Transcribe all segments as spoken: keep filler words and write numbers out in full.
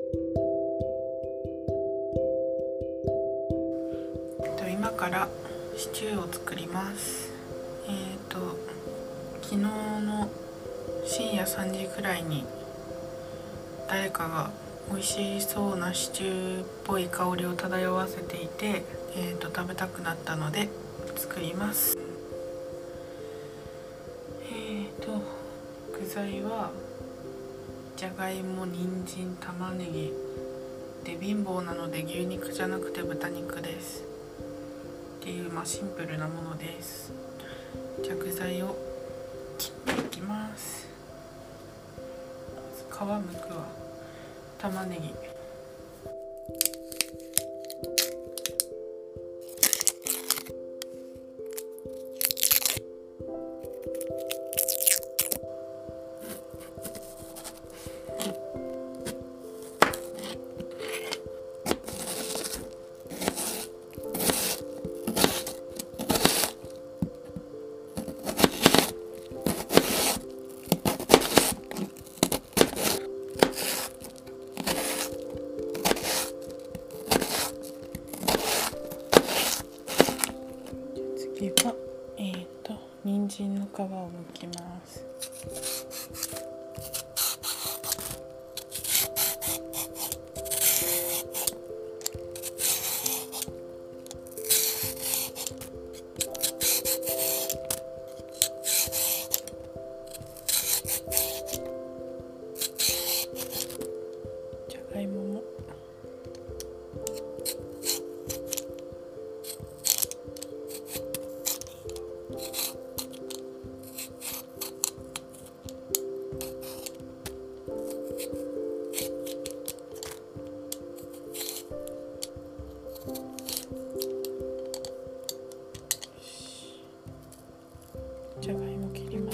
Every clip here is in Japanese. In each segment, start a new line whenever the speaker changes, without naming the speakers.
今からシチューを作ります。えっと昨日の深夜さんじくらいに誰かが美味しそうなシチューっぽい香りを漂わせていて、えー、と食べたくなったので作ります。えっと具材はじゃがいも、人参、玉ねぎで、貧乏なので牛肉じゃなくて豚肉ですっていう、まあ、シンプルなものです。じゃあ具材を切っていきます。皮むくわ。玉ねぎ、次はえっ、ー、と人参の皮をむきます。じゃがいももじゃがいも切ります。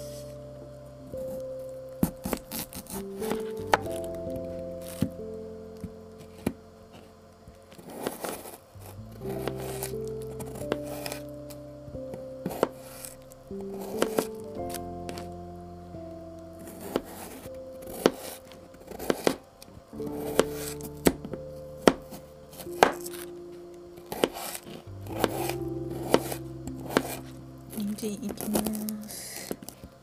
人参いきます。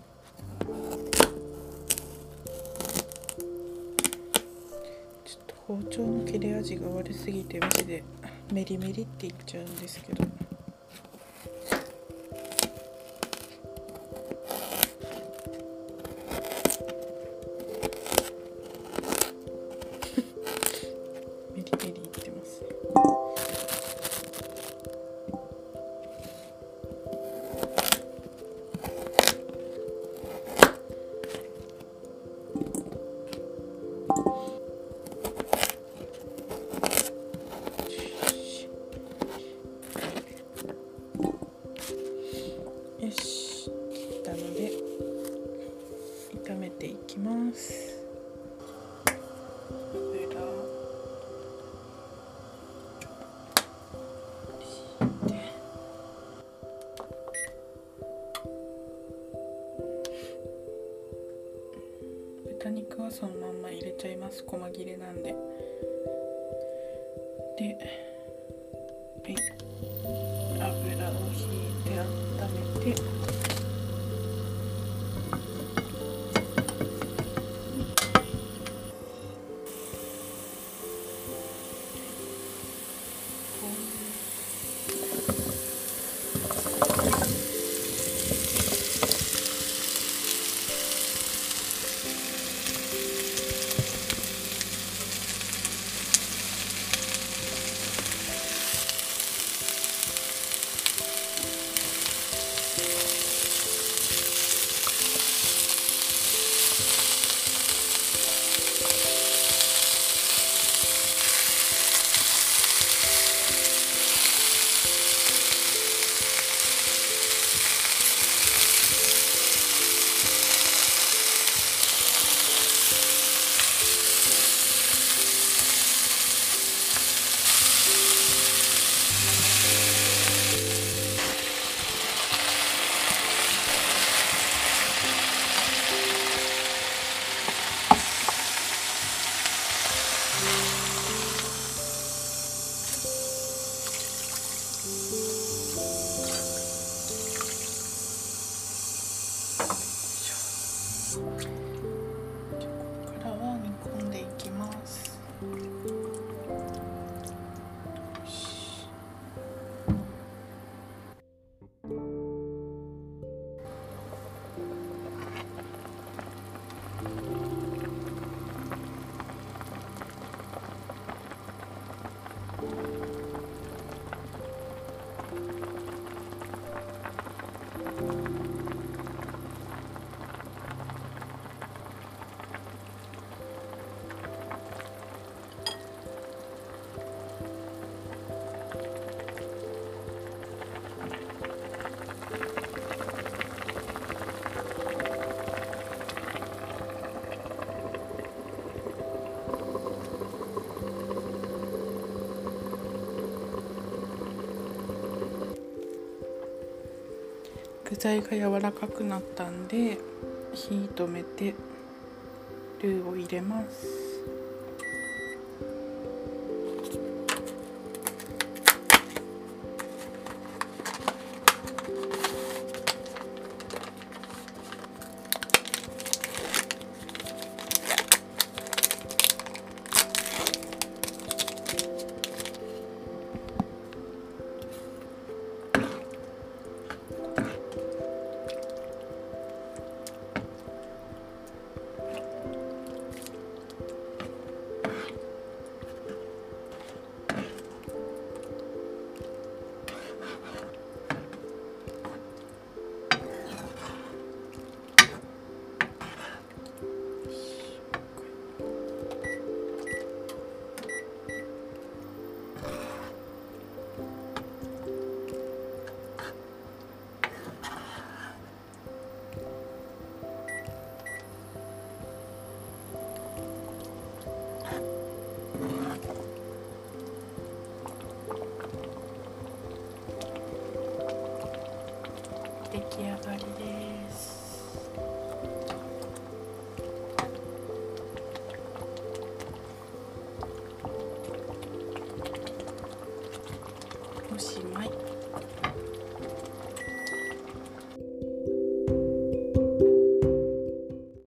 ちょっと包丁の切れ味が悪すぎてマジでメリメリっていっちゃうんですけど、メリメリいってます。よし、切ったので炒めていきます。油で豚肉はそのまんま入れちゃいます。細切れなんで。で、はい、油をひいて温めて、 具材が柔らかくなったんで火止めてルーを入れます。出来上がりです。おしまい。